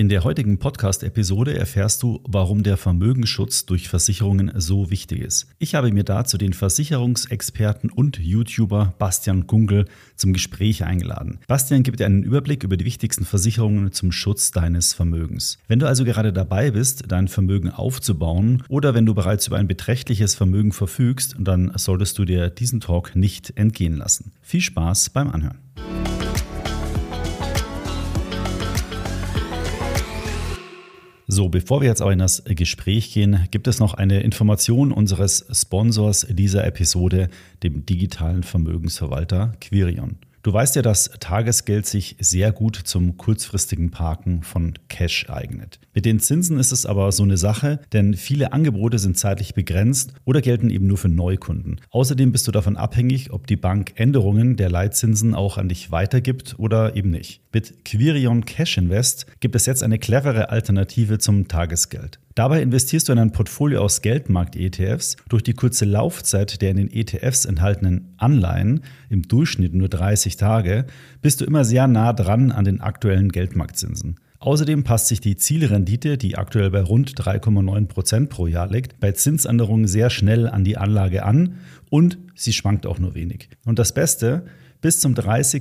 In der heutigen Podcast-Episode erfährst du, warum der Vermögensschutz durch Versicherungen so wichtig ist. Ich habe mir dazu den Versicherungsexperten und YouTuber Bastian Gungel zum Gespräch eingeladen. Bastian gibt dir einen Überblick über die wichtigsten Versicherungen zum Schutz deines Vermögens. Wenn du also gerade dabei bist, dein Vermögen aufzubauen oder wenn du bereits über ein beträchtliches Vermögen verfügst, dann solltest du dir diesen Talk nicht entgehen lassen. Viel Spaß beim Anhören. So, bevor wir jetzt auch in das Gespräch gehen, gibt es noch eine Information unseres Sponsors dieser Episode, dem digitalen Vermögensverwalter Quirion. Du weißt ja, dass Tagesgeld sich sehr gut zum kurzfristigen Parken von Cash eignet. Mit den Zinsen ist es aber so eine Sache, denn viele Angebote sind zeitlich begrenzt oder gelten eben nur für Neukunden. Außerdem bist du davon abhängig, ob die Bank Änderungen der Leitzinsen auch an dich weitergibt oder eben nicht. Mit Quirion Cash Invest gibt es jetzt eine clevere Alternative zum Tagesgeld. Dabei investierst du in ein Portfolio aus Geldmarkt-ETFs. Durch die kurze Laufzeit der in den ETFs enthaltenen Anleihen, im Durchschnitt nur 30 Tage, bist du immer sehr nah dran an den aktuellen Geldmarktzinsen. Außerdem passt sich die Zielrendite, die aktuell bei rund 3,9% pro Jahr liegt, bei Zinsänderungen sehr schnell an die Anlage an und sie schwankt auch nur wenig. Und das Beste: bis zum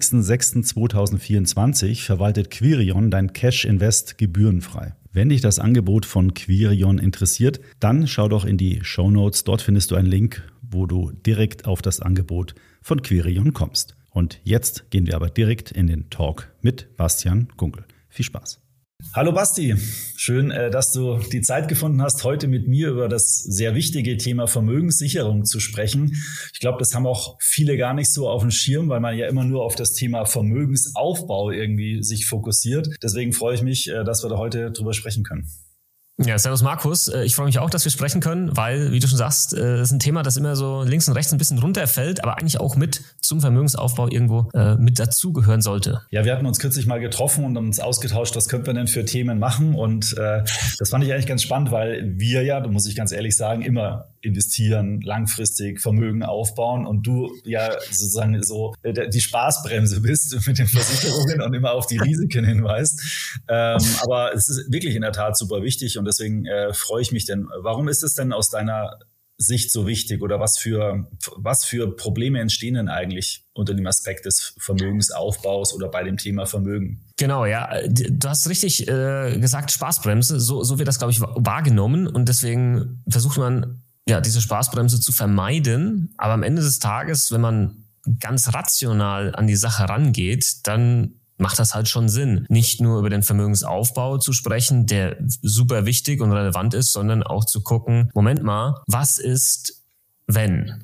30.06.2024 verwaltet Quirion dein Cash-Invest gebührenfrei. Wenn dich das Angebot von Quirion interessiert, dann schau doch in die Shownotes. Dort findest du einen Link, wo du direkt auf das Angebot von Quirion kommst. Und jetzt gehen wir aber direkt in den Talk mit Bastian Gungel. Viel Spaß. Hallo Basti, schön, dass du die Zeit gefunden hast, heute mit mir über das sehr wichtige Thema Vermögenssicherung zu sprechen. Ich glaube, das haben auch viele gar nicht so auf dem Schirm, weil man ja immer nur auf das Thema Vermögensaufbau irgendwie sich fokussiert. Deswegen freue ich mich, dass wir da heute drüber sprechen können. Ja, servus Markus. Ich freue mich auch, dass wir sprechen können, weil, wie du schon sagst, es ist ein Thema, das immer so links und rechts ein bisschen runterfällt, aber eigentlich auch mit zum Vermögensaufbau irgendwo mit dazugehören sollte. Ja, wir hatten uns kürzlich mal getroffen und uns ausgetauscht, was könnten wir denn für Themen machen, und das fand ich eigentlich ganz spannend, weil wir ja, da muss ich ganz ehrlich sagen, immer investieren, langfristig Vermögen aufbauen und du ja sozusagen so die Spaßbremse bist mit den Versicherungen und immer auf die Risiken hinweist. Aber es ist wirklich in der Tat super wichtig und deswegen freue ich mich denn. Warum ist es denn aus deiner Sicht so wichtig oder was für Probleme entstehen denn eigentlich unter dem Aspekt des Vermögensaufbaus oder bei dem Thema Vermögen? Genau, ja. Du hast richtig gesagt, Spaßbremse. So wird das, glaube ich, wahrgenommen und deswegen versucht man, ja, diese Spaßbremse zu vermeiden. Aber am Ende des Tages, wenn man ganz rational an die Sache rangeht, dann macht das halt schon Sinn, nicht nur über den Vermögensaufbau zu sprechen, der super wichtig und relevant ist, sondern auch zu gucken, Moment mal, was ist, wenn?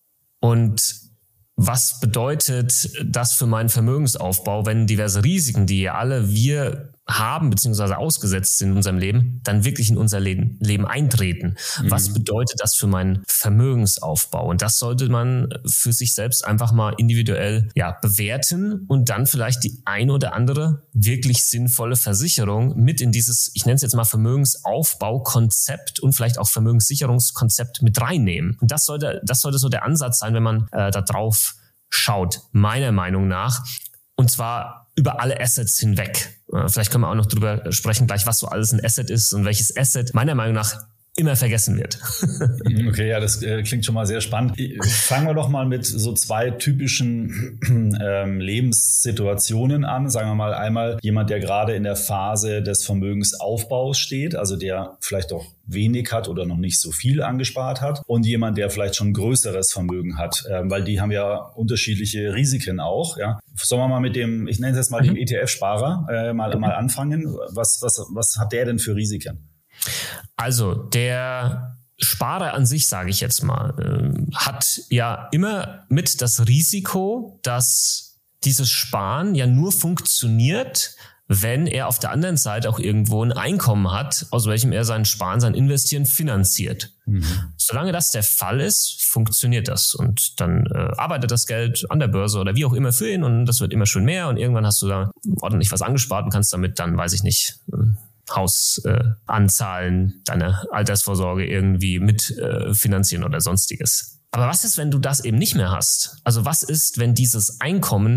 Und was bedeutet das für meinen Vermögensaufbau, wenn diverse Risiken, die ja alle wir haben bzw. ausgesetzt sind in unserem Leben, dann wirklich in unser Leben eintreten? Was bedeutet das für meinen Vermögensaufbau? Und das sollte man für sich selbst einfach mal individuell bewerten und dann vielleicht die ein oder andere wirklich sinnvolle Versicherung mit in dieses, ich nenne es jetzt mal Vermögensaufbaukonzept und vielleicht auch Vermögenssicherungskonzept mit reinnehmen. Und das sollte so der Ansatz sein, wenn man da drauf schaut, meiner Meinung nach. Und zwar über alle Assets hinweg. Vielleicht können wir auch noch drüber sprechen gleich, was so alles ein Asset ist und welches Asset meiner Meinung nach immer vergessen wird. Okay, ja, das klingt schon mal sehr spannend. Fangen wir doch mal mit so zwei typischen Lebenssituationen an. Sagen wir mal einmal jemand, der gerade in der Phase des Vermögensaufbaus steht, also der vielleicht auch wenig hat oder noch nicht so viel angespart hat, und jemand, der vielleicht schon größeres Vermögen hat, weil die haben ja unterschiedliche Risiken auch. Ja. Sollen wir mal mit dem, ich nenne es jetzt mal dem ETF-Sparer, mal anfangen. Was hat der denn für Risiken? Also der Sparer an sich, sage ich jetzt mal, hat ja immer mit das Risiko, dass dieses Sparen ja nur funktioniert, wenn er auf der anderen Seite auch irgendwo ein Einkommen hat, aus welchem er sein Sparen, sein Investieren finanziert. Solange das der Fall ist, funktioniert das. Und dann arbeitet das Geld an der Börse oder wie auch immer für ihn und das wird immer schön mehr und irgendwann hast du da ordentlich was angespart und kannst damit dann, weiß ich nicht, Haus anzahlen, deine Altersvorsorge irgendwie mit finanzieren oder sonstiges. Aber was ist, wenn du das eben nicht mehr hast? Also was ist, wenn dieses Einkommen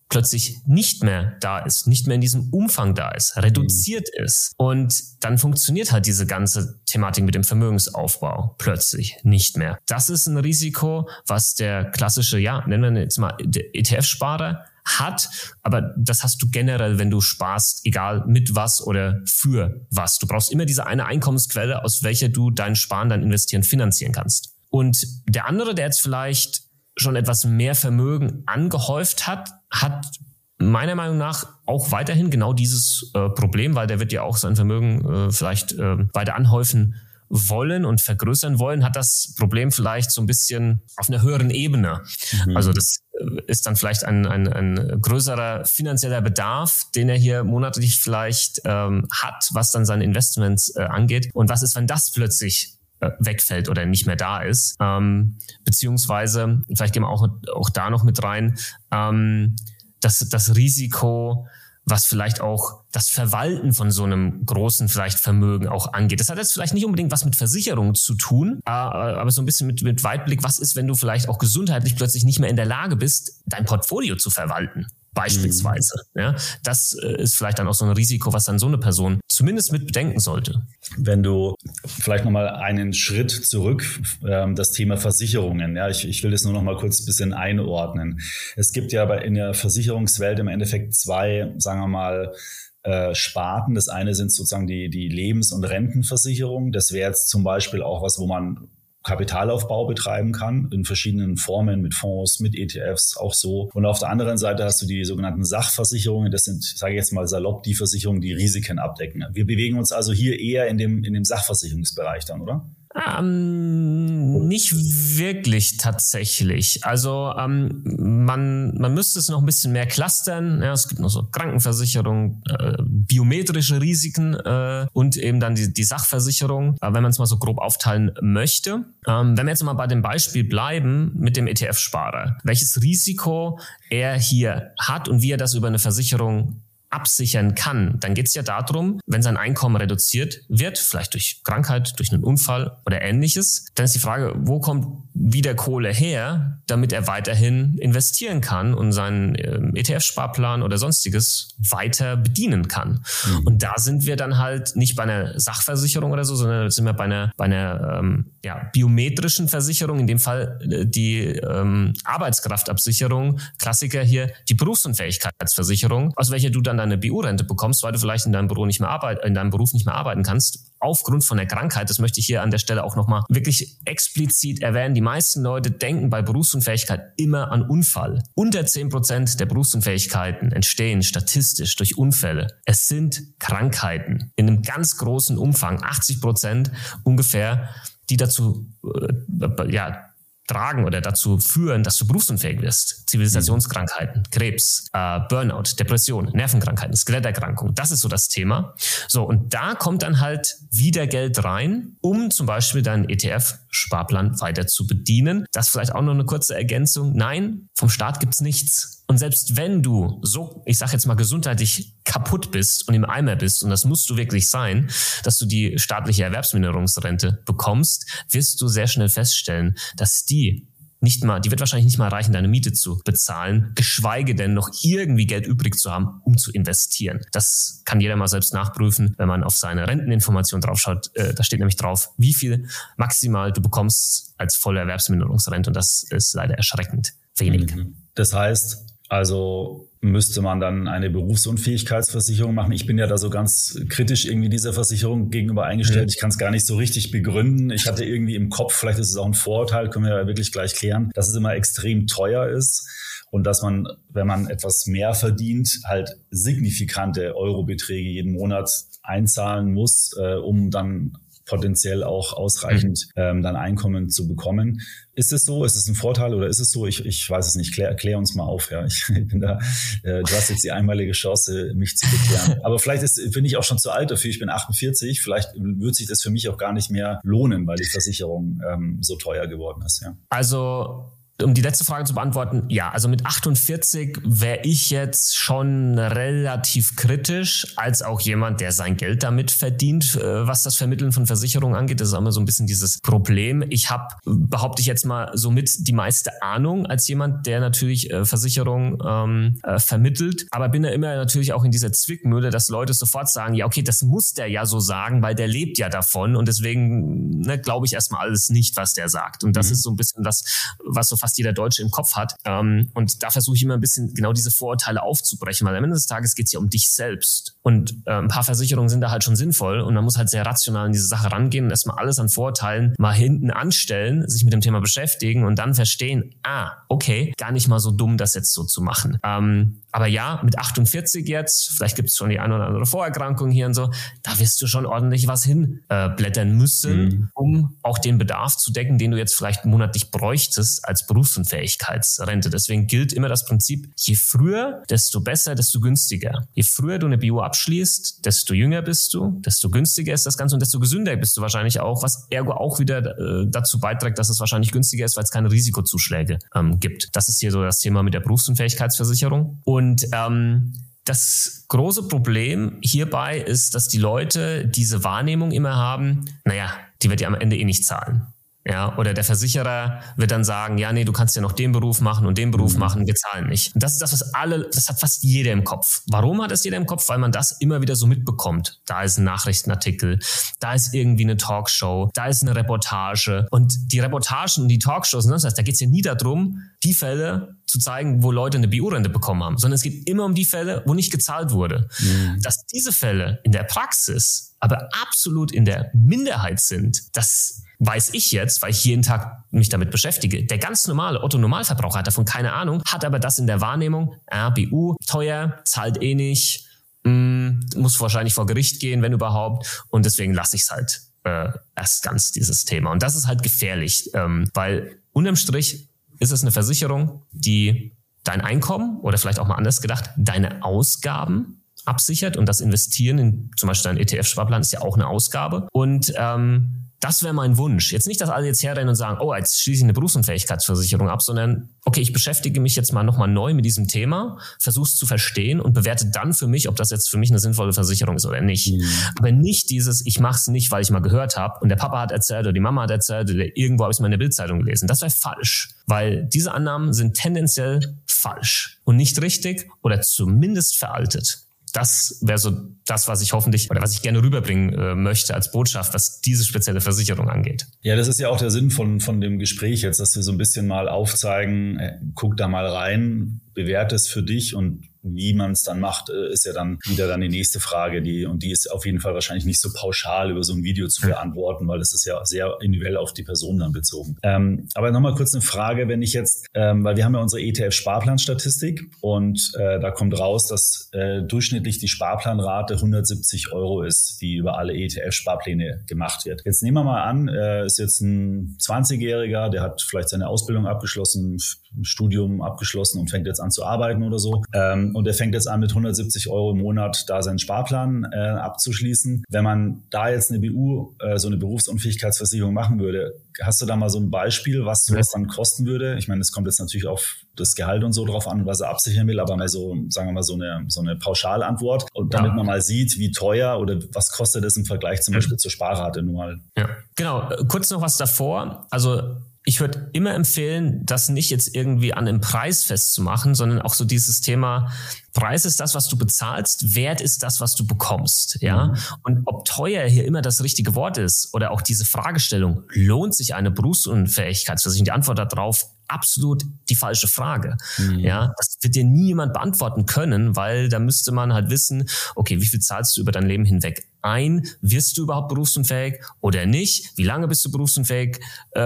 plötzlich nicht mehr da ist, nicht mehr in diesem Umfang da ist, reduziert ist. Und dann funktioniert halt diese ganze Thematik mit dem Vermögensaufbau plötzlich nicht mehr. Das ist ein Risiko, was der klassische, nennen wir jetzt mal der ETF-Sparer hat, aber das hast du generell, wenn du sparst, egal mit was oder für was. Du brauchst immer diese eine Einkommensquelle, aus welcher du dein Sparen, dein Investieren finanzieren kannst. Und der andere, der jetzt vielleicht schon etwas mehr Vermögen angehäuft hat meiner Meinung nach auch weiterhin genau dieses Problem, weil der wird ja auch sein Vermögen vielleicht weiter anhäufen wollen und vergrößern wollen, hat das Problem vielleicht so ein bisschen auf einer höheren Ebene. Also das ist dann vielleicht ein größerer finanzieller Bedarf, den er hier monatlich vielleicht hat, was dann seine Investments angeht. Und was ist, wenn das plötzlich wegfällt oder nicht mehr da ist? Beziehungsweise, vielleicht gehen wir auch da noch mit rein, das Risiko, was vielleicht auch das Verwalten von so einem großen vielleicht Vermögen auch angeht. Das hat jetzt vielleicht nicht unbedingt was mit Versicherungen zu tun, aber so ein bisschen mit Weitblick. Was ist, wenn du vielleicht auch gesundheitlich plötzlich nicht mehr in der Lage bist, dein Portfolio zu verwalten? Beispielsweise. Ja, das ist vielleicht dann auch so ein Risiko, was dann so eine Person zumindest mit bedenken sollte. Wenn du vielleicht nochmal einen Schritt zurück, das Thema Versicherungen. Ja, ich will das nur noch mal kurz ein bisschen einordnen. Es gibt ja in der Versicherungswelt im Endeffekt zwei, sagen wir mal, Sparten. Das eine sind sozusagen die Lebens- und Rentenversicherung. Das wäre jetzt zum Beispiel auch was, wo man Kapitalaufbau betreiben kann, in verschiedenen Formen, mit Fonds, mit ETFs, auch so. Und auf der anderen Seite hast du die sogenannten Sachversicherungen. Das sind, sage ich jetzt mal salopp, die Versicherungen, die Risiken abdecken. Wir bewegen uns also hier eher in dem Sachversicherungsbereich dann, oder? Nicht wirklich tatsächlich. Also man müsste es noch ein bisschen mehr clustern. Ja, es gibt noch so Krankenversicherung, biometrische Risiken und eben dann die Sachversicherung, wenn man es mal so grob aufteilen möchte. Wenn wir jetzt mal bei dem Beispiel bleiben mit dem ETF-Sparer, welches Risiko er hier hat und wie er das über eine Versicherung absichern kann, dann geht es ja darum, wenn sein Einkommen reduziert wird, vielleicht durch Krankheit, durch einen Unfall oder Ähnliches, dann ist die Frage, wo kommt wieder Kohle her, damit er weiterhin investieren kann und seinen ETF-Sparplan oder Sonstiges weiter bedienen kann. Und da sind wir dann halt nicht bei einer Sachversicherung oder so, sondern sind wir bei einer biometrischen Versicherung, in dem Fall die Arbeitskraftabsicherung, Klassiker hier, die Berufsunfähigkeitsversicherung, aus welcher du dann deine BU-Rente bekommst, weil du vielleicht in deinem Beruf nicht mehr arbeiten kannst, aufgrund von der Krankheit. Das möchte ich hier an der Stelle auch nochmal wirklich explizit erwähnen. Die meisten Leute denken bei Berufsunfähigkeit immer an Unfall. Unter 10% der Berufsunfähigkeiten entstehen statistisch durch Unfälle. Es sind Krankheiten in einem ganz großen Umfang, 80% ungefähr, die dazu tragen oder dazu führen, dass du berufsunfähig wirst. Zivilisationskrankheiten, Krebs, Burnout, Depression, Nervenkrankheiten, Skeletterkrankungen, das ist so das Thema. So, und da kommt dann halt wieder Geld rein, um zum Beispiel deinen ETF-Sparplan weiter zu bedienen. Das vielleicht auch noch eine kurze Ergänzung. Nein, vom Staat gibt's nichts. Und selbst wenn du so, ich sag jetzt mal, gesundheitlich kaputt bist und im Eimer bist, und das musst du wirklich sein, dass du die staatliche Erwerbsminderungsrente bekommst, wirst du sehr schnell feststellen, dass die wird wahrscheinlich nicht mal reichen, deine Miete zu bezahlen, geschweige denn noch irgendwie Geld übrig zu haben, um zu investieren. Das kann jeder mal selbst nachprüfen, wenn man auf seine Renteninformation draufschaut. Da steht nämlich drauf, wie viel maximal du bekommst als volle Erwerbsminderungsrente, und das ist leider erschreckend wenig. Das heißt, also müsste man dann eine Berufsunfähigkeitsversicherung machen. Ich bin ja da so ganz kritisch irgendwie dieser Versicherung gegenüber eingestellt. Ich kann es gar nicht so richtig begründen. Ich hatte irgendwie im Kopf, vielleicht ist es auch ein Vorurteil, können wir ja wirklich gleich klären, dass es immer extrem teuer ist und dass man, wenn man etwas mehr verdient, halt signifikante Eurobeträge jeden Monat einzahlen muss, um dann potenziell auch ausreichend dann Einkommen zu bekommen. Ist es so? Ist es ein Vorteil oder ist es so? Ich weiß es nicht. Klär uns mal auf. Ja, ich bin da. Du hast jetzt die einmalige Chance, mich zu beklären. Aber vielleicht bin ich auch schon zu alt dafür. Ich bin 48. Vielleicht wird sich das für mich auch gar nicht mehr lohnen, weil die Versicherung so teuer geworden ist. Ja. Also um die letzte Frage zu beantworten, ja, also mit 48 wäre ich jetzt schon relativ kritisch, als auch jemand, der sein Geld damit verdient, was das Vermitteln von Versicherungen angeht. Das ist immer so ein bisschen dieses Problem. Ich habe, behaupte ich jetzt mal, somit die meiste Ahnung als jemand, der natürlich Versicherungen vermittelt, aber bin da immer natürlich auch in dieser Zwickmühle, dass Leute sofort sagen, ja, okay, das muss der ja so sagen, weil der lebt ja davon und deswegen glaube ich erstmal alles nicht, was der sagt. Und das ist so ein bisschen das, was so fast jeder Deutsche im Kopf hat. Und da versuche ich immer ein bisschen genau diese Vorurteile aufzubrechen, weil am Ende des Tages geht es ja um dich selbst. Und ein paar Versicherungen sind da halt schon sinnvoll und man muss halt sehr rational in diese Sache rangehen und erstmal alles an Vorurteilen mal hinten anstellen, sich mit dem Thema beschäftigen und dann verstehen, okay, gar nicht mal so dumm, das jetzt so zu machen. Aber ja, mit 48 jetzt, vielleicht gibt es schon die eine oder andere Vorerkrankung hier und so, da wirst du schon ordentlich was hinblättern müssen, um auch den Bedarf zu decken, den du jetzt vielleicht monatlich bräuchtest als Berufsunfähigkeitsrente. Deswegen gilt immer das Prinzip, je früher, desto besser, desto günstiger. Je früher du eine BU abschließt, desto jünger bist du, desto günstiger ist das Ganze und desto gesünder bist du wahrscheinlich auch, was ergo auch wieder dazu beiträgt, dass es wahrscheinlich günstiger ist, weil es keine Risikozuschläge gibt. Das ist hier so das Thema mit der Berufsunfähigkeitsversicherung. Und das große Problem hierbei ist, dass die Leute diese Wahrnehmung immer haben, die wird ja am Ende nicht zahlen. Ja, oder der Versicherer wird dann sagen, ja, nee, du kannst ja noch den Beruf machen und den Beruf machen, wir zahlen nicht. Und das ist das, das hat fast jeder im Kopf. Warum hat das jeder im Kopf? Weil man das immer wieder so mitbekommt. Da ist ein Nachrichtenartikel, da ist irgendwie eine Talkshow, da ist eine Reportage. Und die Reportagen und die Talkshows, das heißt, da geht es ja nie darum, die Fälle zu zeigen, wo Leute eine BU-Rente bekommen haben, sondern es geht immer um die Fälle, wo nicht gezahlt wurde. Dass diese Fälle in der Praxis aber absolut in der Minderheit sind, das weiß ich jetzt, weil ich jeden Tag mich damit beschäftige. Der ganz normale Otto-Normalverbraucher hat davon keine Ahnung, hat aber das in der Wahrnehmung, BU, teuer, zahlt eh nicht, muss wahrscheinlich vor Gericht gehen, wenn überhaupt. Und deswegen lasse ich es halt erst ganz, dieses Thema. Und das ist halt gefährlich, weil unterm Strich ist es eine Versicherung, die dein Einkommen oder vielleicht auch mal anders gedacht, deine Ausgaben absichert. Und das Investieren in zum Beispiel einen ETF-Sparplan ist ja auch eine Ausgabe. Und das wäre mein Wunsch. Jetzt nicht, dass alle jetzt herrennen und sagen, jetzt schließe ich eine Berufsunfähigkeitsversicherung ab, sondern okay, ich beschäftige mich jetzt mal nochmal neu mit diesem Thema, versuche es zu verstehen und bewerte dann für mich, ob das jetzt für mich eine sinnvolle Versicherung ist oder nicht. Aber nicht dieses, ich mache es nicht, weil ich mal gehört habe und der Papa hat erzählt oder die Mama hat erzählt oder irgendwo habe ich es mal in der Bildzeitung gelesen. Das wäre falsch, weil diese Annahmen sind tendenziell falsch und nicht richtig oder zumindest veraltet. Das wäre so das, was ich hoffentlich oder was ich gerne rüberbringen möchte als Botschaft, was diese spezielle Versicherung angeht. Ja, das ist ja auch der Sinn von dem Gespräch jetzt, dass wir so ein bisschen mal aufzeigen, guck da mal rein, bewerte es für dich und wie man es dann macht, ist ja dann wieder dann die nächste Frage, die ist auf jeden Fall wahrscheinlich nicht so pauschal über so ein Video zu beantworten, weil das ist ja sehr individuell auf die Person dann bezogen. Aber nochmal kurz eine Frage, wenn ich jetzt, weil wir haben ja unsere ETF-Sparplanstatistik und da kommt raus, dass durchschnittlich die Sparplanrate 170 € ist, die über alle ETF-Sparpläne gemacht wird. Jetzt nehmen wir mal an, ist jetzt ein 20-Jähriger, der hat vielleicht seine Ausbildung abgeschlossen, ein Studium abgeschlossen und fängt jetzt an zu arbeiten oder so. Und er fängt jetzt an mit 170 € im Monat da seinen Sparplan abzuschließen. Wenn man da jetzt eine BU, so eine Berufsunfähigkeitsversicherung machen würde, hast du da mal so ein Beispiel, was sowas dann kosten würde? Ich meine, das kommt jetzt natürlich auf das Gehalt und so drauf an, was er absichern will, aber mal so, sagen wir mal, so eine Pauschalantwort. Und damit man mal sieht, wie teuer oder was kostet es im Vergleich zum Beispiel zur Sparrate nur mal. Ja, genau. Kurz noch was davor. Also ich würde immer empfehlen, das nicht jetzt irgendwie an einem Preis festzumachen, sondern auch so dieses Thema, Preis ist das, was du bezahlst, Wert ist das, was du bekommst, ja. Und ob teuer hier immer das richtige Wort ist oder auch diese Fragestellung, lohnt sich eine Berufsunfähigkeitsversicherung? Die Antwort darauf, absolut die falsche Frage. Ja, das wird dir nie jemand beantworten können, weil da müsste man halt wissen, okay, wie viel zahlst du über dein Leben hinweg ein? Wirst du überhaupt berufsunfähig oder nicht? Wie lange bist du berufsunfähig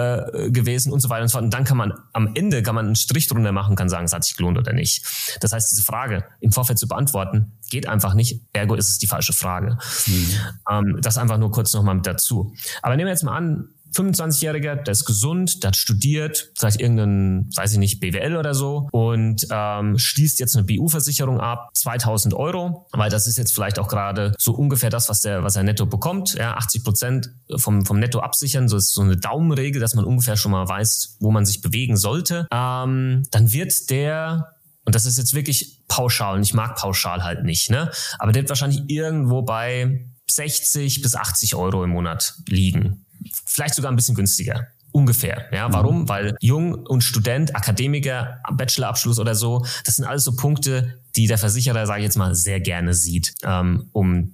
gewesen und so weiter und so fort. Und dann kann man am Ende einen Strich drunter machen, kann sagen, es hat sich gelohnt oder nicht. Das heißt, diese Frage im Vorfeld zu beantworten, geht einfach nicht. Ergo ist es die falsche Frage. Das einfach nur kurz nochmal mit dazu. Aber nehmen wir jetzt mal an, 25-Jähriger, der ist gesund, der hat studiert, vielleicht irgendeinen, weiß ich nicht, BWL oder so und schließt jetzt eine BU-Versicherung ab, 2.000 €, weil das ist jetzt vielleicht auch gerade so ungefähr das, was er netto bekommt, ja, 80% vom Netto absichern, so ist so eine Daumenregel, dass man ungefähr schon mal weiß, wo man sich bewegen sollte, dann wird der, und das ist jetzt wirklich pauschal, und ich mag pauschal halt nicht, ne, aber der wird wahrscheinlich irgendwo bei 60 bis 80 € im Monat liegen. Vielleicht sogar ein bisschen günstiger. Ungefähr. Ja, warum? Weil jung und Student, Akademiker, Bachelorabschluss oder so, das sind alles so Punkte, die der Versicherer, sage ich jetzt mal, sehr gerne sieht, um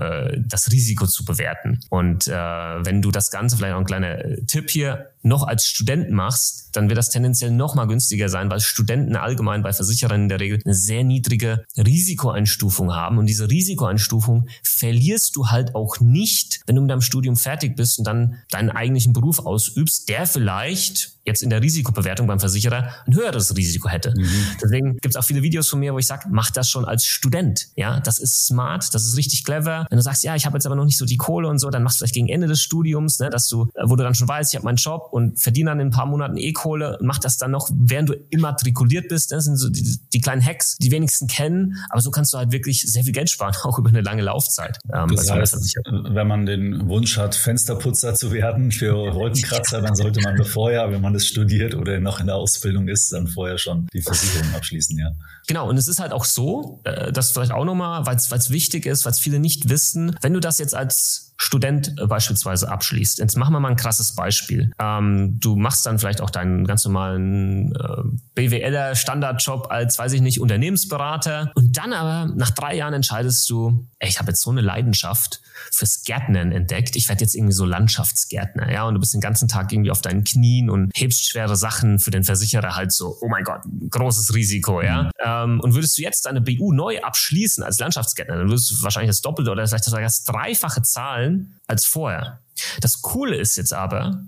das Risiko zu bewerten. Und wenn du das Ganze, vielleicht auch ein kleiner Tipp hier, noch als Student machst, dann wird das tendenziell noch mal günstiger sein, weil Studenten allgemein bei Versicherern in der Regel eine sehr niedrige Risikoeinstufung haben. Und diese Risikoeinstufung verlierst du halt auch nicht, wenn du mit deinem Studium fertig bist und dann deinen eigentlichen Beruf ausübst, der vielleicht jetzt in der Risikobewertung beim Versicherer ein höheres Risiko hätte. Deswegen gibt es auch viele Videos von mir, wo ich sage, mach das schon als Student. Ja, das ist smart, das ist richtig clever. Wenn du sagst, ja, ich habe jetzt aber noch nicht so die Kohle und so, dann machst du vielleicht gegen Ende des Studiums, ne, wo du dann schon weißt, ich habe meinen Job und verdiene dann in ein paar Monaten Kohle und mach das dann noch, während du immatrikuliert bist. Das sind so die kleinen Hacks, die wenigsten kennen, aber so kannst du halt wirklich sehr viel Geld sparen, auch über eine lange Laufzeit. Das heißt, wenn man den Wunsch hat, Fensterputzer zu werden für Wolkenkratzer, dann sollte man vorher, wenn man das studiert oder noch in der Ausbildung ist, dann vorher schon die Versicherung abschließen, ja. Genau, und es ist halt auch so, das vielleicht auch nochmal, weil es wichtig ist, weil es viele nicht wissen, wenn du das jetzt als Student beispielsweise abschließt. Jetzt machen wir mal ein krasses Beispiel. Du machst dann vielleicht auch deinen ganz normalen BWLer Standardjob als, weiß ich nicht, Unternehmensberater und dann aber nach 3 Jahren entscheidest du, ich habe jetzt so eine Leidenschaft fürs Gärtnern entdeckt. Ich werde jetzt irgendwie so Landschaftsgärtner, ja, und du bist den ganzen Tag irgendwie auf deinen Knien und hebst schwere Sachen für den Versicherer halt so, oh mein Gott, großes Risiko, ja. Und würdest du jetzt deine BU neu abschließen als Landschaftsgärtner, dann würdest du wahrscheinlich das Doppelte oder vielleicht sogar das Dreifache zahlen als vorher. Das Coole ist jetzt aber,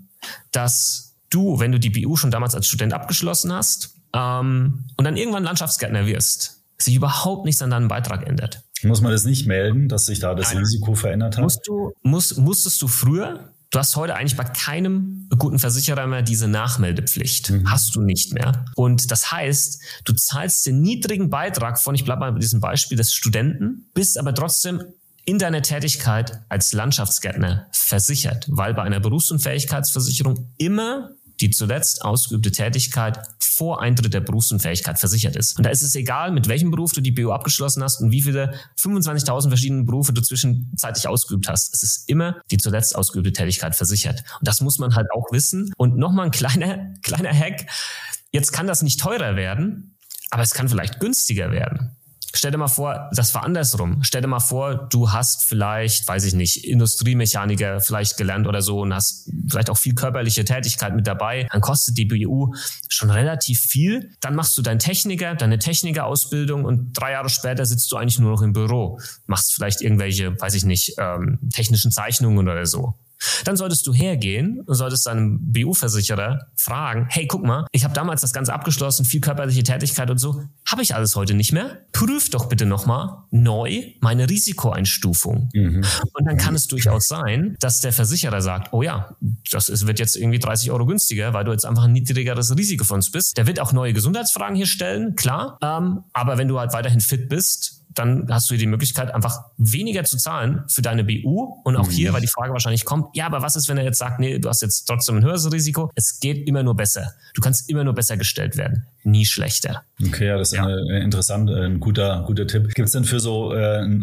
dass du, wenn du die BU schon damals als Student abgeschlossen hast und dann irgendwann Landschaftsgärtner wirst, sich überhaupt nichts an deinem Beitrag ändert. Muss man das nicht melden, dass sich da das Risiko verändert hat? Musstest du früher. Du hast heute eigentlich bei keinem guten Versicherer mehr diese Nachmeldepflicht. Hast du nicht mehr. Und das heißt, du zahlst den niedrigen Beitrag von, ich bleibe mal bei diesem Beispiel des Studenten, bist aber trotzdem in deiner Tätigkeit als Landschaftsgärtner versichert, weil bei einer Berufsunfähigkeitsversicherung immer die zuletzt ausgeübte Tätigkeit vor Eintritt der Berufsunfähigkeit versichert ist. Und da ist es egal, mit welchem Beruf du die BU abgeschlossen hast und wie viele 25.000 verschiedene Berufe du zwischenzeitlich ausgeübt hast. Es ist immer die zuletzt ausgeübte Tätigkeit versichert. Und das muss man halt auch wissen. Und nochmal ein kleiner Hack. Jetzt kann das nicht teurer werden, aber es kann vielleicht günstiger werden. Stell dir mal vor, das war andersrum. Stell dir mal vor, du hast vielleicht, weiß ich nicht, Industriemechaniker vielleicht gelernt oder so und hast vielleicht auch viel körperliche Tätigkeit mit dabei. Dann kostet die BU schon relativ viel. Dann machst du deine Technikerausbildung und 3 Jahre später sitzt du eigentlich nur noch im Büro. Machst vielleicht irgendwelche, weiß ich nicht, technischen Zeichnungen oder so. Dann solltest du hergehen und solltest deinem BU-Versicherer fragen, hey, guck mal, ich habe damals das Ganze abgeschlossen, viel körperliche Tätigkeit und so, habe ich alles heute nicht mehr? Prüf doch bitte nochmal neu meine Risikoeinstufung. Und dann kann es durchaus sein, dass der Versicherer sagt, oh ja, wird jetzt irgendwie 30 € günstiger, weil du jetzt einfach ein niedrigeres Risiko von uns bist. Der wird auch neue Gesundheitsfragen hier stellen, klar, aber wenn du halt weiterhin fit bist, dann hast du die Möglichkeit, einfach weniger zu zahlen für deine BU. Und auch hier, weil die Frage wahrscheinlich kommt, ja, aber was ist, wenn er jetzt sagt, nee, du hast jetzt trotzdem ein höheres Risiko? Es geht immer nur besser. Du kannst immer nur besser gestellt werden. Nie schlechter. Okay, ja, das ist ein guter Tipp. Gibt es denn für so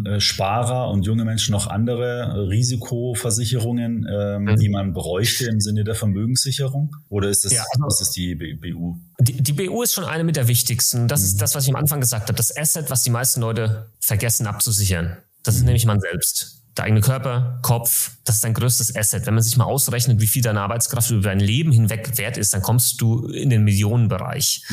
Sparer und junge Menschen noch andere Risikoversicherungen, die man bräuchte im Sinne der Vermögenssicherung? Oder ist das die BU? Die BU ist schon eine mit der wichtigsten. Das ist das, was ich am Anfang gesagt habe. Das Asset, was die meisten Leute vergessen abzusichern. Das ist nämlich man selbst. Der eigene Körper, Kopf, das ist dein größtes Asset. Wenn man sich mal ausrechnet, wie viel deine Arbeitskraft über dein Leben hinweg wert ist, dann kommst du in den Millionenbereich.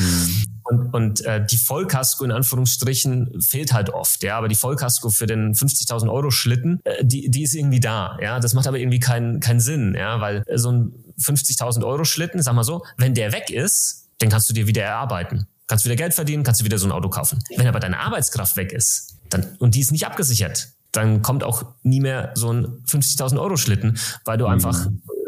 Und die Vollkasko in Anführungsstrichen fehlt halt oft, ja, aber die Vollkasko für den 50.000 € Schlitten, die ist irgendwie da, ja, das macht aber irgendwie keinen Sinn, ja, weil so ein 50.000 € Schlitten, sag mal so, wenn der weg ist, den kannst du dir wieder erarbeiten. Kannst wieder Geld verdienen, kannst du wieder so ein Auto kaufen. Wenn aber deine Arbeitskraft weg ist, und die ist nicht abgesichert, dann kommt auch nie mehr so ein 50.000 € Schlitten, weil du einfach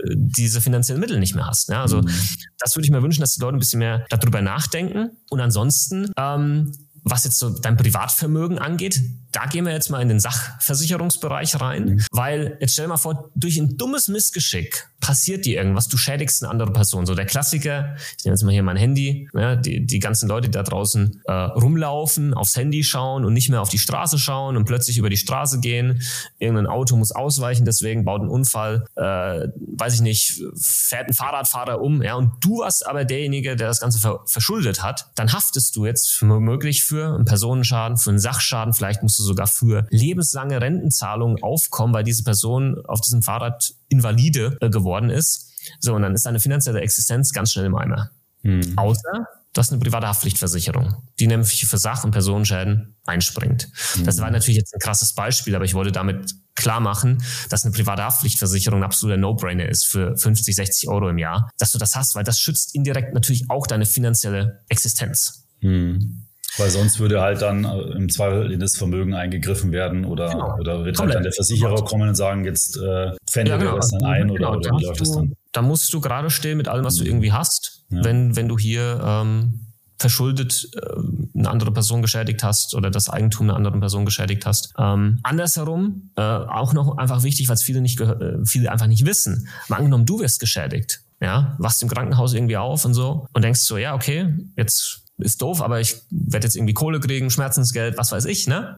diese finanziellen Mittel nicht mehr hast. Ja? Also das würde ich mir wünschen, dass die Leute ein bisschen mehr darüber nachdenken. Und ansonsten, was jetzt so dein Privatvermögen angeht, da gehen wir jetzt mal in den Sachversicherungsbereich rein, weil jetzt stell dir mal vor, durch ein dummes Missgeschick passiert dir irgendwas, du schädigst eine andere Person. So der Klassiker, ich nehme jetzt mal hier mein Handy, ja, die ganzen Leute, die da draußen rumlaufen, aufs Handy schauen und nicht mehr auf die Straße schauen und plötzlich über die Straße gehen. Irgendein Auto muss ausweichen, deswegen baut einen Unfall, weiß ich nicht, fährt ein Fahrradfahrer um, ja, und du warst aber derjenige, der das Ganze verschuldet hat, dann haftest du jetzt womöglich für einen Personenschaden, für einen Sachschaden, vielleicht musst du sogar für lebenslange Rentenzahlungen aufkommen, weil diese Person auf diesem Fahrrad invalide geworden ist. So, und dann ist deine finanzielle Existenz ganz schnell im Eimer. Außer, das ist eine private Haftpflichtversicherung, die nämlich für Sach- und Personenschäden einspringt. Das war natürlich jetzt ein krasses Beispiel, aber ich wollte damit klar machen, dass eine private Haftpflichtversicherung ein absoluter No-Brainer ist für 50, 60 Euro im Jahr, dass du das hast, weil das schützt indirekt natürlich auch deine finanzielle Existenz. Weil sonst würde halt dann im Zweifel in das Vermögen eingegriffen werden oder wird halt dann der Versicherer kommen und sagen, jetzt pfändet er das dann ein oder wie läuft das dann? Da musst du gerade stehen mit allem, was du irgendwie hast, wenn du hier verschuldet eine andere Person geschädigt hast oder das Eigentum einer anderen Person geschädigt hast. Andersherum, auch noch einfach wichtig, weil es viele einfach nicht wissen. Mal angenommen, du wirst geschädigt, ja, wachst im Krankenhaus irgendwie auf und so und denkst so, ja, okay, jetzt ist doof, aber ich werde jetzt irgendwie Kohle kriegen, Schmerzensgeld, was weiß ich, ne?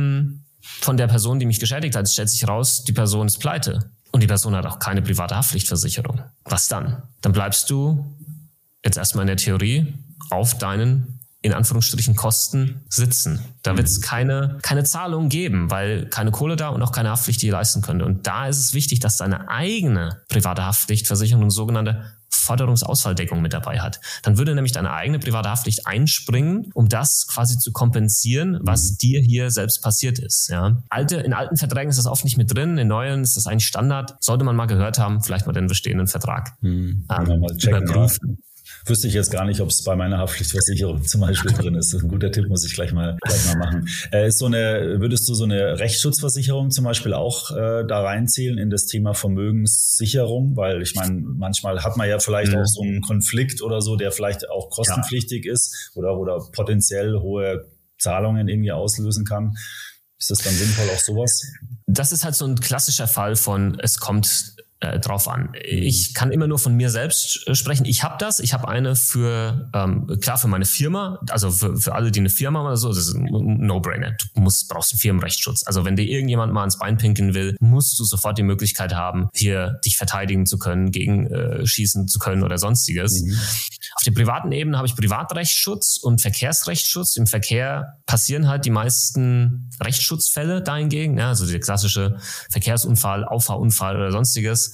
Von der Person, die mich geschädigt hat, stellt sich raus, die Person ist pleite. Und die Person hat auch keine private Haftpflichtversicherung. Was dann? Dann bleibst du jetzt erstmal in der Theorie auf deinen, in Anführungsstrichen, Kosten sitzen. Da wird es keine Zahlung geben, weil keine Kohle da und auch keine Haftpflicht, die ihr leisten könnte. Und da ist es wichtig, dass deine eigene private Haftpflichtversicherung eine sogenannte Forderungsausfalldeckung mit dabei hat. Dann würde nämlich deine eigene private Haftpflicht einspringen, um das quasi zu kompensieren, was dir hier selbst passiert ist. Ja. In alten Verträgen ist das oft nicht mit drin, in neuen ist das eigentlich Standard. Sollte man mal gehört haben, vielleicht mal den bestehenden Vertrag mal checken, überprüfen. Wüsste ich jetzt gar nicht, ob es bei meiner Haftpflichtversicherung zum Beispiel drin ist. Das ist ein guter Tipp, muss ich gleich mal machen. Würdest du so eine Rechtsschutzversicherung zum Beispiel auch da reinzählen in das Thema Vermögenssicherung? Weil ich meine, manchmal hat man ja vielleicht auch so einen Konflikt oder so, der vielleicht auch kostenpflichtig ist oder potenziell hohe Zahlungen irgendwie auslösen kann. Ist das dann sinnvoll, auch sowas? Das ist halt so ein klassischer Fall von, es kommt drauf an. Ich kann immer nur von mir selbst sprechen. Ich habe eine für meine Firma, also für alle, die eine Firma haben oder so, das ist ein No-Brainer. Du brauchst einen Firmenrechtsschutz. Also wenn dir irgendjemand mal ans Bein pinkeln will, musst du sofort die Möglichkeit haben, hier dich verteidigen zu können, gegen schießen zu können oder sonstiges. Auf der privaten Ebene habe ich Privatrechtsschutz und Verkehrsrechtsschutz. Im Verkehr passieren halt die meisten Rechtsschutzfälle dahingegen, ja, also der klassische Verkehrsunfall, Auffahrunfall oder sonstiges.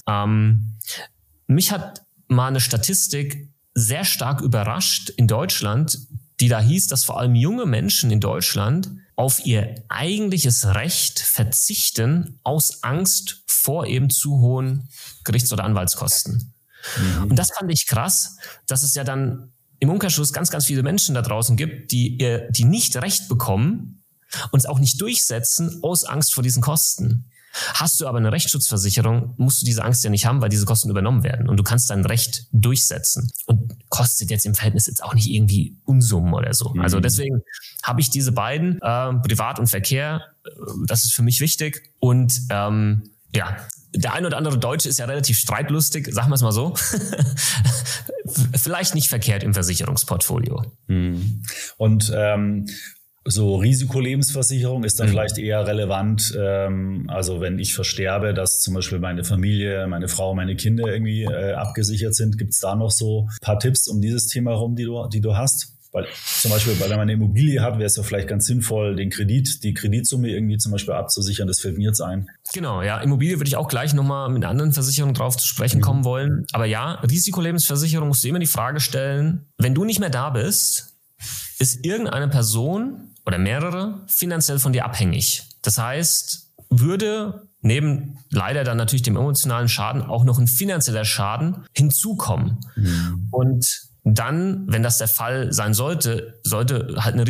Mich hat mal eine Statistik sehr stark überrascht in Deutschland, die da hieß, dass vor allem junge Menschen in Deutschland auf ihr eigentliches Recht verzichten aus Angst vor eben zu hohen Gerichts- oder Anwaltskosten. Und das fand ich krass, dass es ja dann im Umkehrschluss ganz, ganz viele Menschen da draußen gibt, die nicht Recht bekommen und es auch nicht durchsetzen aus Angst vor diesen Kosten. Hast du aber eine Rechtsschutzversicherung, musst du diese Angst ja nicht haben, weil diese Kosten übernommen werden und du kannst dein Recht durchsetzen und kostet jetzt im Verhältnis jetzt auch nicht irgendwie Unsummen oder so. Also deswegen habe ich diese beiden, Privat und Verkehr, das ist für mich wichtig und der ein oder andere Deutsche ist ja relativ streitlustig, sagen wir es mal so. Vielleicht nicht verkehrt im Versicherungsportfolio. Und so Risikolebensversicherung ist dann vielleicht eher relevant, also wenn ich versterbe, dass zum Beispiel meine Familie, meine Frau, meine Kinder irgendwie abgesichert sind. Gibt es da noch so ein paar Tipps um dieses Thema herum, die du hast? Weil zum Beispiel, weil man eine Immobilie hat, wäre es ja vielleicht ganz sinnvoll, die Kreditsumme irgendwie zum Beispiel abzusichern. Das fällt mir jetzt ein. Genau, ja. Immobilie würde ich auch gleich nochmal mit anderen Versicherungen drauf zu sprechen kommen wollen. Aber ja, Risikolebensversicherung musst du immer die Frage stellen, wenn du nicht mehr da bist, ist irgendeine Person oder mehrere finanziell von dir abhängig. Das heißt, würde neben leider dann natürlich dem emotionalen Schaden auch noch ein finanzieller Schaden hinzukommen. Und dann, wenn das der Fall sein sollte halt eine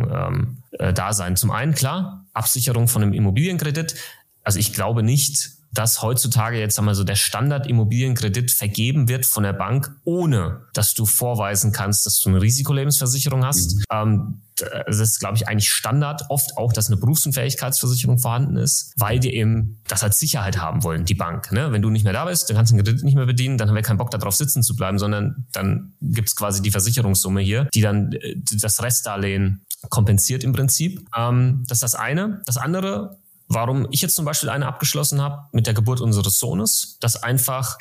Risikolebensversicherung da sein. Zum einen, klar, Absicherung von einem Immobilienkredit. Also ich glaube nicht, dass heutzutage jetzt einmal so der Standard-Immobilienkredit vergeben wird von der Bank, ohne dass du vorweisen kannst, dass du eine Risikolebensversicherung hast. Das ist, glaube ich, eigentlich Standard. Oft auch, dass eine Berufsunfähigkeitsversicherung vorhanden ist, weil die eben das als Sicherheit haben wollen, die Bank. Ne? Wenn du nicht mehr da bist, dann kannst du den Kredit nicht mehr bedienen, dann haben wir keinen Bock darauf sitzen zu bleiben, sondern dann gibt's quasi die Versicherungssumme hier, die dann das Restdarlehen kompensiert im Prinzip. Das ist das eine. Das andere, warum ich jetzt zum Beispiel eine abgeschlossen habe mit der Geburt unseres Sohnes, dass einfach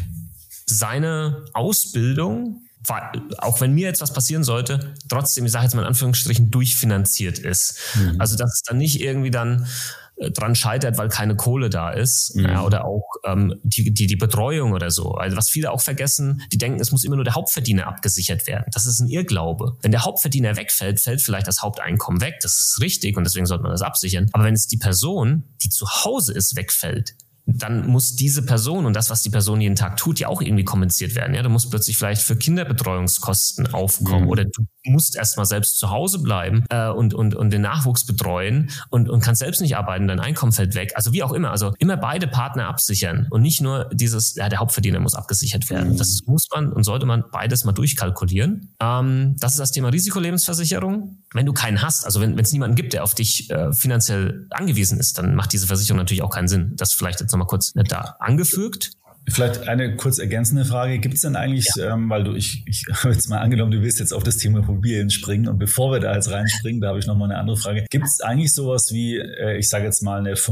seine Ausbildung, auch wenn mir jetzt was passieren sollte, trotzdem, ich sage jetzt mal in Anführungsstrichen, durchfinanziert ist. Also dass es dann nicht irgendwie dann dran scheitert, weil keine Kohle da ist, ja, oder auch die Betreuung oder so. Also was viele auch vergessen, die denken, es muss immer nur der Hauptverdiener abgesichert werden. Das ist ein Irrglaube. Wenn der Hauptverdiener wegfällt, fällt vielleicht das Haupteinkommen weg. Das ist richtig und deswegen sollte man das absichern. Aber wenn es die Person, die zu Hause ist, wegfällt, dann muss diese Person und das, was die Person jeden Tag tut, ja auch irgendwie kompensiert werden. Ja, du musst plötzlich vielleicht für Kinderbetreuungskosten aufkommen oder du musst erstmal selbst zu Hause bleiben und den Nachwuchs betreuen und kannst selbst nicht arbeiten, dein Einkommen fällt weg. Also wie auch immer. Also immer beide Partner absichern und nicht nur dieses, ja, der Hauptverdiener muss abgesichert werden. Das muss man und sollte man beides mal durchkalkulieren. Das ist das Thema Risikolebensversicherung. Wenn du keinen hast, also wenn es niemanden gibt, der auf dich finanziell angewiesen ist, dann macht diese Versicherung natürlich auch keinen Sinn. Das vielleicht jetzt nochmal kurz da angefügt. Vielleicht eine kurz ergänzende Frage. Gibt es denn eigentlich, weil ich habe jetzt mal angenommen, du willst jetzt auf das Thema Immobilien springen und bevor wir da jetzt reinspringen, da habe ich nochmal eine andere Frage. Gibt es eigentlich sowas wie, ich sage jetzt mal, eine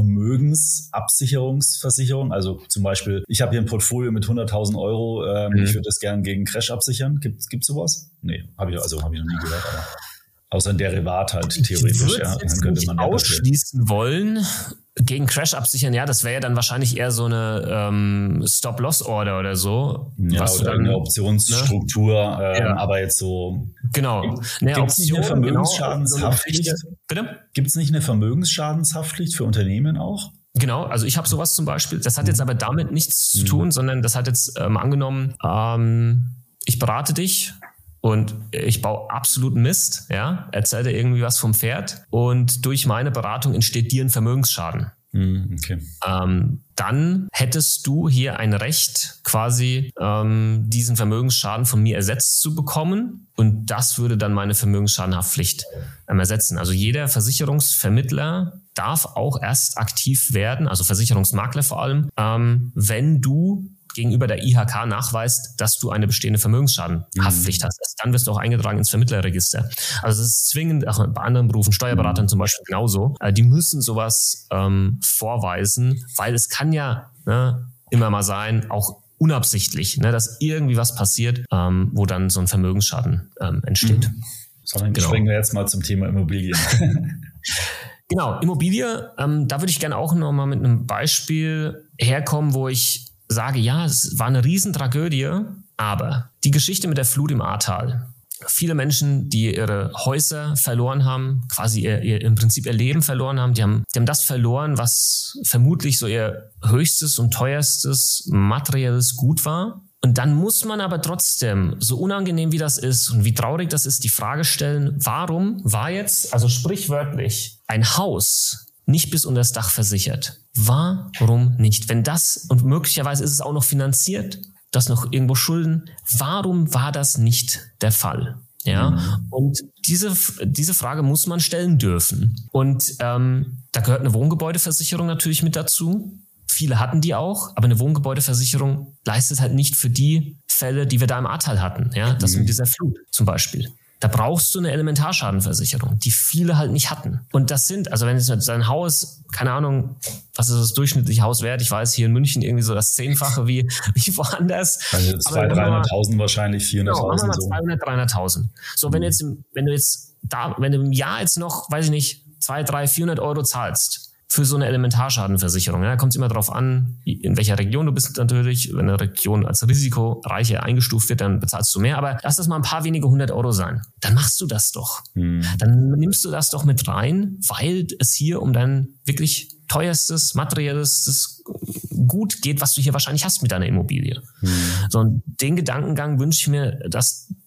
Vermögensabsicherungsversicherung? Also zum Beispiel, ich habe hier ein Portfolio mit 100.000 Euro, ich würde das gerne gegen Crash absichern. Gibt's sowas? Nee, habe ich noch nie gehört, aber außer ein Derivat halt theoretisch. Ich würde es jetzt nicht ausschließen wollen. Gegen Crash absichern, ja, das wäre ja dann wahrscheinlich eher so eine Stop-Loss-Order oder so. Ja, was oder dann, eine Optionsstruktur, ja. Aber jetzt so... Genau. Gibt es nicht eine Vermögensschadenshaftpflicht? Bitte? Gibt es nicht eine Vermögensschadenshaftpflicht für Unternehmen auch? Genau, also ich habe sowas zum Beispiel, das hat jetzt aber damit nichts zu tun, sondern das hat jetzt angenommen, ich berate dich und ich baue absoluten Mist, ja, erzähl dir irgendwie was vom Pferd und durch meine Beratung entsteht dir ein Vermögensschaden. Okay. Dann hättest du hier ein Recht, quasi diesen Vermögensschaden von mir ersetzt zu bekommen und das würde dann meine Vermögensschadenhaftpflicht ersetzen. Also jeder Versicherungsvermittler darf auch erst aktiv werden, also Versicherungsmakler vor allem, wenn du gegenüber der IHK nachweist, dass du eine bestehende Vermögensschadenhaftpflicht hast. Erst dann wirst du auch eingetragen ins Vermittlerregister. Also es ist zwingend, auch bei anderen Berufen, Steuerberatern zum Beispiel genauso, die müssen sowas vorweisen, weil es kann ja immer mal sein, auch unabsichtlich, dass irgendwie was passiert, wo dann so ein Vermögensschaden entsteht. Sondern springen wir jetzt mal zum Thema Immobilien. Genau, Immobilie, da würde ich gerne auch nochmal mit einem Beispiel herkommen, wo ich sage, ja, es war eine Riesentragödie, aber die Geschichte mit der Flut im Ahrtal. Viele Menschen, die ihre Häuser verloren haben, quasi im Prinzip ihr Leben verloren haben, die haben das verloren, was vermutlich so ihr höchstes und teuerstes materielles Gut war. Und dann muss man aber trotzdem, so unangenehm wie das ist und wie traurig das ist, die Frage stellen, warum war jetzt, also sprichwörtlich, ein Haus nicht bis unter das Dach versichert? Warum nicht? Wenn das, und möglicherweise ist es auch noch finanziert, das noch irgendwo Schulden, warum war das nicht der Fall? Ja, und diese Frage muss man stellen dürfen. Und da gehört eine Wohngebäudeversicherung natürlich mit dazu. Viele hatten die auch, aber eine Wohngebäudeversicherung leistet halt nicht für die Fälle, die wir da im Ahrtal hatten. Ja, das mit dieser Flut zum Beispiel. Da brauchst du eine Elementarschadenversicherung, die viele halt nicht hatten. Und das sind, also wenn jetzt ein Haus, keine Ahnung, was ist das durchschnittliche Haus wert? Ich weiß, hier in München irgendwie so das 10-fache wie woanders. Also 200.000, 300.000 wahrscheinlich, 400.000. Genau, machen wir mal 200.000, 300.000. So, wenn du im Jahr jetzt noch, weiß ich nicht, 200, 300, 400 Euro zahlst für so eine Elementarschadenversicherung. Ja, da kommt es immer darauf an, in welcher Region du bist natürlich. Wenn eine Region als risikoreiche eingestuft wird, dann bezahlst du mehr. Aber lass das mal ein paar wenige 100 Euro sein. Dann machst du das doch. Dann nimmst du das doch mit rein, weil es hier um dein wirklich teuerstes, materielles Gut geht, was du hier wahrscheinlich hast mit deiner Immobilie. So, und den Gedankengang wünsche ich mir, dass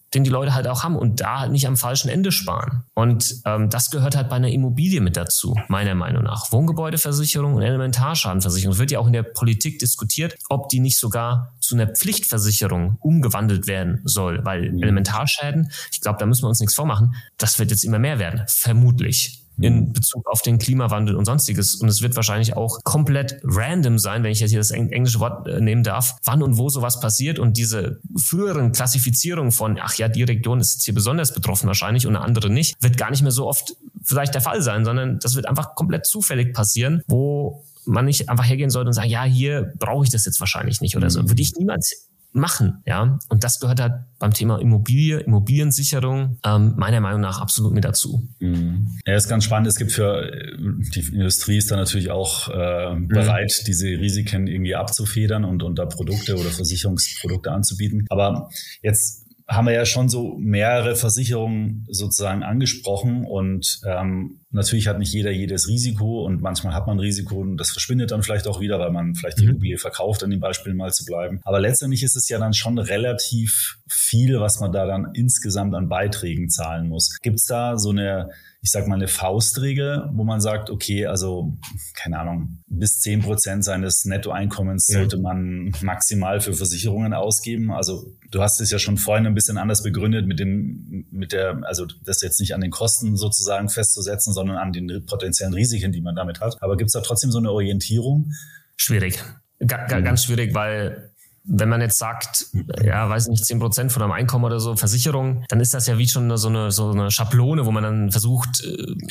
den die Leute halt auch haben und da halt nicht am falschen Ende sparen. Und das gehört halt bei einer Immobilie mit dazu, meiner Meinung nach. Wohngebäudeversicherung und Elementarschadenversicherung. Es wird ja auch in der Politik diskutiert, ob die nicht sogar zu einer Pflichtversicherung umgewandelt werden soll. Weil Elementarschäden, ich glaube, da müssen wir uns nichts vormachen, das wird jetzt immer mehr werden, vermutlich. In Bezug auf den Klimawandel und Sonstiges. Und es wird wahrscheinlich auch komplett random sein, wenn ich jetzt hier das englische Wort nehmen darf, wann und wo sowas passiert. Und diese früheren Klassifizierungen von, ach ja, die Region ist jetzt hier besonders betroffen wahrscheinlich und eine andere nicht, wird gar nicht mehr so oft vielleicht der Fall sein, sondern das wird einfach komplett zufällig passieren, wo man nicht einfach hergehen sollte und sagen, ja, hier brauche ich das jetzt wahrscheinlich nicht oder so. Würde ich niemals machen, ja. Und das gehört halt beim Thema Immobiliensicherung meiner Meinung nach absolut mit dazu. Ja, ist ganz spannend. Es gibt für die Industrie ist da natürlich auch bereit, diese Risiken irgendwie abzufedern und da Produkte oder Versicherungsprodukte anzubieten. Aber jetzt haben wir ja schon so mehrere Versicherungen sozusagen angesprochen und natürlich hat nicht jeder jedes Risiko und manchmal hat man Risiko und das verschwindet dann vielleicht auch wieder, weil man vielleicht die Immobilie verkauft, an dem Beispiel mal zu bleiben. Aber letztendlich ist es ja dann schon relativ viel, was man da dann insgesamt an Beiträgen zahlen muss. Gibt's da so eine, ich sag mal, eine Faustregel, wo man sagt, okay, also, keine Ahnung, bis 10% seines Nettoeinkommens sollte man maximal für Versicherungen ausgeben. Also, du hast es ja schon vorhin ein bisschen anders begründet also, das jetzt nicht an den Kosten sozusagen festzusetzen, sondern an den potenziellen Risiken, die man damit hat. Aber gibt's da trotzdem so eine Orientierung? Schwierig. Ganz schwierig, weil wenn man jetzt sagt, ja, weiß nicht, 10% von einem Einkommen oder so, Versicherung, dann ist das ja wie schon so eine Schablone, wo man dann versucht,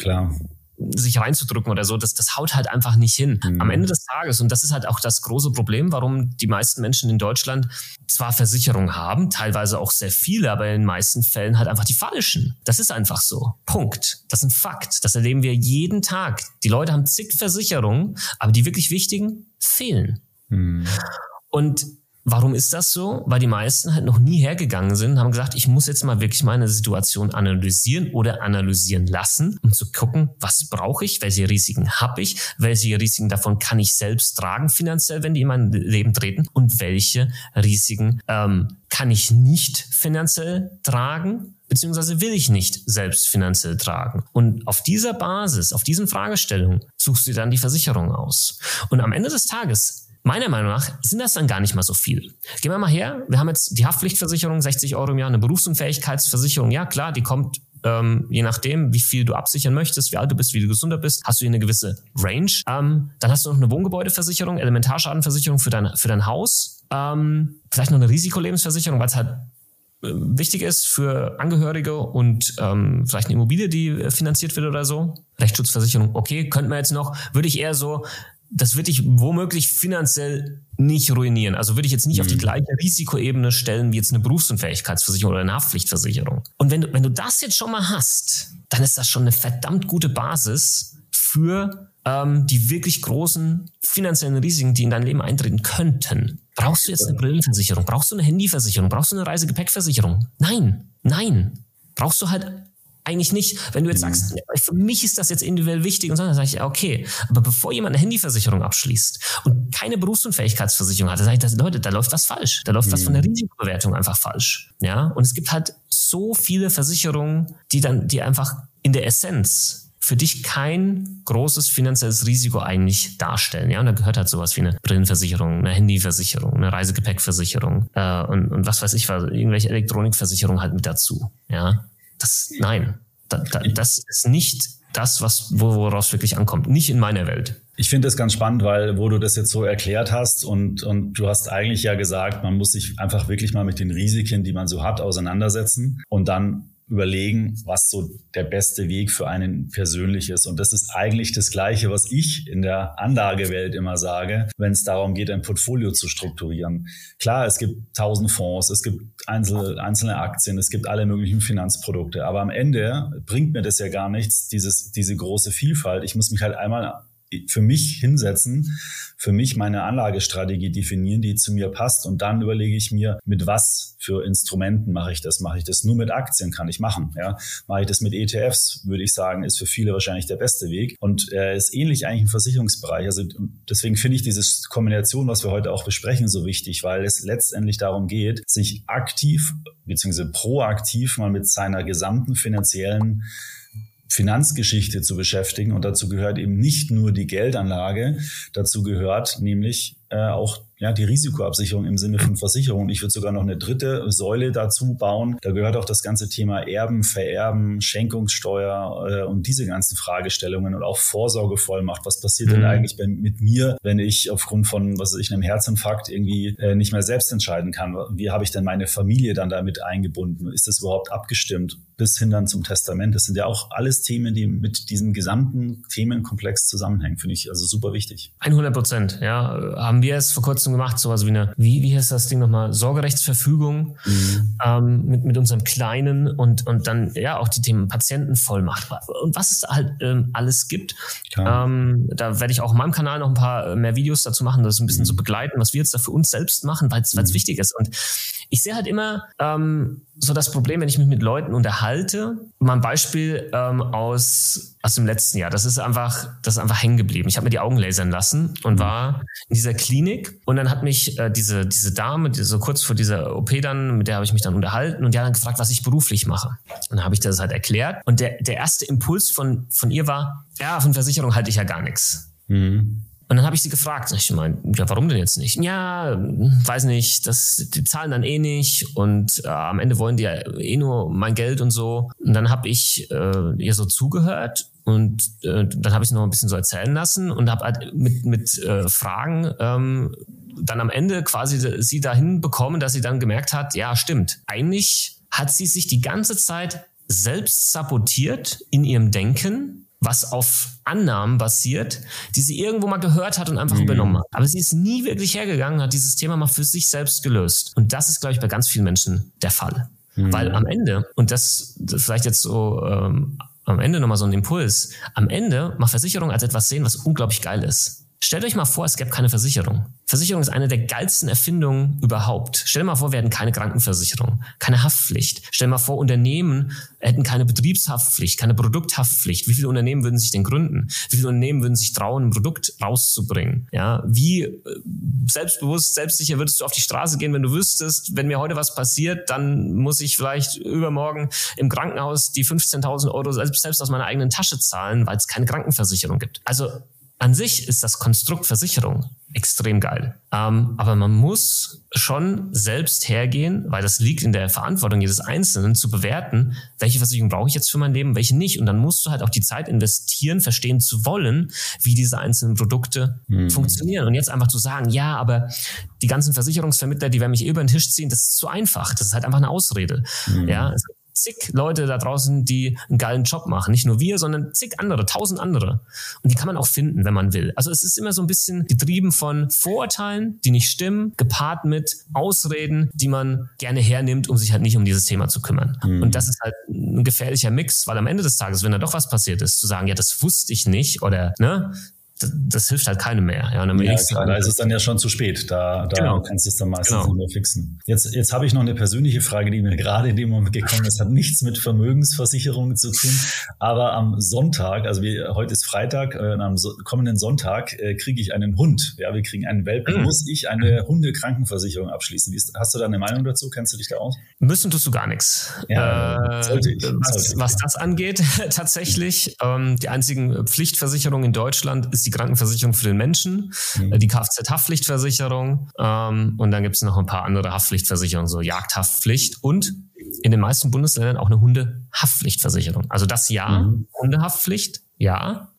sich reinzudrücken oder so. Das haut halt einfach nicht hin. Am Ende des Tages, und das ist halt auch das große Problem, warum die meisten Menschen in Deutschland zwar Versicherungen haben, teilweise auch sehr viele, aber in den meisten Fällen halt einfach die falschen. Das ist einfach so. Punkt. Das ist ein Fakt. Das erleben wir jeden Tag. Die Leute haben zig Versicherungen, aber die wirklich wichtigen fehlen. Und warum ist das so? Weil die meisten halt noch nie hergegangen sind und haben gesagt, ich muss jetzt mal wirklich meine Situation analysieren oder analysieren lassen, um zu gucken, was brauche ich, welche Risiken habe ich, welche Risiken davon kann ich selbst tragen finanziell, wenn die in mein Leben treten und welche Risiken kann ich nicht finanziell tragen, beziehungsweise will ich nicht selbst finanziell tragen. Und auf dieser Basis, auf diesen Fragestellungen suchst du dann die Versicherung aus. Und am Ende des Tages, meiner Meinung nach, sind das dann gar nicht mal so viel. Gehen wir mal her, wir haben jetzt die Haftpflichtversicherung, 60 € im Jahr, eine Berufsunfähigkeitsversicherung, ja klar, die kommt je nachdem, wie viel du absichern möchtest, wie alt du bist, wie du gesunder bist, hast du hier eine gewisse Range. Dann hast du noch eine Wohngebäudeversicherung, Elementarschadenversicherung für dein Haus, vielleicht noch eine Risikolebensversicherung, weil es halt wichtig ist für Angehörige und vielleicht eine Immobilie, die finanziert wird oder so. Rechtsschutzversicherung, okay, könnte man jetzt noch, würde ich eher so, das würde ich womöglich finanziell nicht ruinieren. Also würde ich jetzt nicht auf die gleiche Risikoebene stellen wie jetzt eine Berufsunfähigkeitsversicherung oder eine Haftpflichtversicherung. Und wenn du das jetzt schon mal hast, dann ist das schon eine verdammt gute Basis für die wirklich großen finanziellen Risiken, die in dein Leben eintreten könnten. Brauchst du jetzt eine Brillenversicherung? Brauchst du eine Handyversicherung? Brauchst du eine Reisegepäckversicherung? Nein. Brauchst du halt eigentlich nicht. Wenn du jetzt sagst, für mich ist das jetzt individuell wichtig und so, dann sage ich, ja, okay. Aber bevor jemand eine Handyversicherung abschließt und keine Berufsunfähigkeitsversicherung hat, dann sage ich, Leute, da läuft was falsch. Da läuft was von der Risikobewertung einfach falsch. Ja, und es gibt halt so viele Versicherungen, die einfach in der Essenz für dich kein großes finanzielles Risiko eigentlich darstellen. Ja, und da gehört halt sowas wie eine Brillenversicherung, eine Handyversicherung, eine Reisegepäckversicherung und was weiß ich, irgendwelche Elektronikversicherungen halt mit dazu. Ja, das ist nicht das, woraus es wirklich ankommt. Nicht in meiner Welt. Ich finde das ganz spannend, weil wo du das jetzt so erklärt hast und du hast eigentlich ja gesagt, man muss sich einfach wirklich mal mit den Risiken, die man so hat, auseinandersetzen und dann überlegen, was so der beste Weg für einen persönlich ist. Und das ist eigentlich das Gleiche, was ich in der Anlagewelt immer sage, wenn es darum geht, ein Portfolio zu strukturieren. Klar, es gibt 1000 Fonds, es gibt einzelne Aktien, es gibt alle möglichen Finanzprodukte. Aber am Ende bringt mir das ja gar nichts, diese große Vielfalt. Ich muss mich halt einmal für mich hinsetzen, für mich meine Anlagestrategie definieren, die zu mir passt. Und dann überlege ich mir, mit was für Instrumenten mache ich das? Mache ich das nur mit Aktien? Kann ich machen. Ja? Mache ich das mit ETFs? Würde ich sagen, ist für viele wahrscheinlich der beste Weg. Und ist ähnlich eigentlich im Versicherungsbereich. Also deswegen finde ich diese Kombination, was wir heute auch besprechen, so wichtig, weil es letztendlich darum geht, sich aktiv bzw. proaktiv mal mit seiner gesamten Finanzgeschichte zu beschäftigen. Und dazu gehört eben nicht nur die Geldanlage, dazu gehört nämlich auch die Risikoabsicherung im Sinne von Versicherung. Ich würde sogar noch eine dritte Säule dazu bauen. Da gehört auch das ganze Thema Erben, Vererben, Schenkungssteuer und diese ganzen Fragestellungen und auch Vorsorgevollmacht. Was passiert denn eigentlich mit mir, wenn ich aufgrund von, einem Herzinfarkt irgendwie nicht mehr selbst entscheiden kann? Wie habe ich denn meine Familie dann damit eingebunden? Ist das überhaupt abgestimmt? Bis hin dann zum Testament. Das sind ja auch alles Themen, die mit diesem gesamten Themenkomplex zusammenhängen. Finde ich also super wichtig. 100%, ja. Haben wir es vor kurzem gemacht, sowas wie wie heißt das Ding nochmal? Sorgerechtsverfügung mit unserem Kleinen und dann auch die Themen Patientenvollmacht und was es halt alles gibt. Da werde ich auch auf meinem Kanal noch ein paar mehr Videos dazu machen, das ein bisschen zu begleiten, was wir jetzt da für uns selbst machen, weil es wichtig ist. Und ich sehe halt immer so das Problem, wenn ich mich mit Leuten unterhalte. Mal ein Beispiel aus dem letzten Jahr. Das ist einfach hängen geblieben. Ich habe mir die Augen lasern lassen und war in dieser Klinik. Und dann hat mich diese Dame, so kurz vor dieser OP dann, mit der habe ich mich dann unterhalten und die hat dann gefragt, was ich beruflich mache. Und dann habe ich das halt erklärt. Und der erste Impuls von ihr war, von Versicherung halte ich ja gar nichts. Und dann habe ich sie gefragt. Ich meine, warum denn jetzt nicht? Ja, weiß nicht, die zahlen dann eh nicht und am Ende wollen die ja eh nur mein Geld und so. Und dann habe ich ihr so zugehört und dann habe ich noch ein bisschen so erzählen lassen und habe halt mit Fragen dann am Ende quasi sie dahin bekommen, dass sie dann gemerkt hat, ja, stimmt. Eigentlich hat sie sich die ganze Zeit selbst sabotiert in ihrem Denken, was auf Annahmen basiert, die sie irgendwo mal gehört hat und einfach übernommen hat. Aber sie ist nie wirklich hergegangen, hat dieses Thema mal für sich selbst gelöst. Und das ist, glaube ich, bei ganz vielen Menschen der Fall. Weil am Ende, und das vielleicht jetzt so am Ende nochmal so ein Impuls, am Ende mal Versicherung als etwas sehen, was unglaublich geil ist. Stellt euch mal vor, es gäbe keine Versicherung. Versicherung ist eine der geilsten Erfindungen überhaupt. Stellt mal vor, wir hätten keine Krankenversicherung, keine Haftpflicht. Stellt mal vor, Unternehmen hätten keine Betriebshaftpflicht, keine Produkthaftpflicht. Wie viele Unternehmen würden sich denn gründen? Wie viele Unternehmen würden sich trauen, ein Produkt rauszubringen? Ja, wie selbstbewusst, selbstsicher würdest du auf die Straße gehen, wenn du wüsstest, wenn mir heute was passiert, dann muss ich vielleicht übermorgen im Krankenhaus die 15.000 Euro selbst aus meiner eigenen Tasche zahlen, weil es keine Krankenversicherung gibt. Also an sich ist das Konstrukt Versicherung extrem geil. Aber man muss schon selbst hergehen, weil das liegt in der Verantwortung jedes Einzelnen, zu bewerten, welche Versicherung brauche ich jetzt für mein Leben, welche nicht. Und dann musst du halt auch die Zeit investieren, verstehen zu wollen, wie diese einzelnen Produkte funktionieren. Und jetzt einfach zu sagen, ja, aber die ganzen Versicherungsvermittler, die werden mich über den Tisch ziehen, das ist zu einfach. Das ist halt einfach eine Ausrede. Ja, es gibt zig Leute da draußen, die einen geilen Job machen. Nicht nur wir, sondern zig andere, 1000 andere. Und die kann man auch finden, wenn man will. Also es ist immer so ein bisschen getrieben von Vorurteilen, die nicht stimmen, gepaart mit Ausreden, die man gerne hernimmt, um sich halt nicht um dieses Thema zu kümmern. Und das ist halt ein gefährlicher Mix, weil am Ende des Tages, wenn da doch was passiert ist, zu sagen, ja, das wusste ich nicht oder, ne, das hilft halt keinem mehr. Ja, klar, da ist es dann ja schon zu spät. Da kannst du es dann meistens nicht mehr fixen. Jetzt habe ich noch eine persönliche Frage, die mir gerade in dem Moment gekommen ist. Hat nichts mit Vermögensversicherungen zu tun. Aber am Sonntag, also heute ist Freitag, am kommenden Sonntag kriege ich einen Hund. Ja, wir kriegen einen Welpen. Muss ich eine Hundekrankenversicherung abschließen? Hast du da eine Meinung dazu? Kennst du dich da aus? Müssen tust du gar nichts. Ja, was das angeht, tatsächlich. Die einzigen Pflichtversicherungen in Deutschland ist die Krankenversicherung für den Menschen, die Kfz-Haftpflichtversicherung und dann gibt es noch ein paar andere Haftpflichtversicherungen, so Jagdhaftpflicht und in den meisten Bundesländern auch eine Hundehaftpflichtversicherung. Also das Jahr Hundehaftpflicht, ja.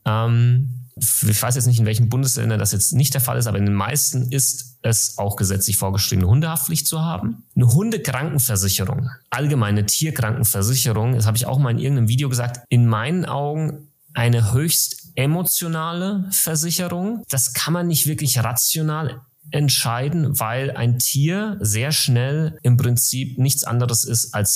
Ich weiß jetzt nicht, in welchen Bundesländern das jetzt nicht der Fall ist, aber in den meisten ist es auch gesetzlich vorgeschrieben, eine Hundehaftpflicht zu haben. Eine Hundekrankenversicherung, allgemeine Tierkrankenversicherung, das habe ich auch mal in irgendeinem Video gesagt, in meinen Augen eine höchst emotionale Versicherung. Das kann man nicht wirklich rational entscheiden, weil ein Tier sehr schnell im Prinzip nichts anderes ist als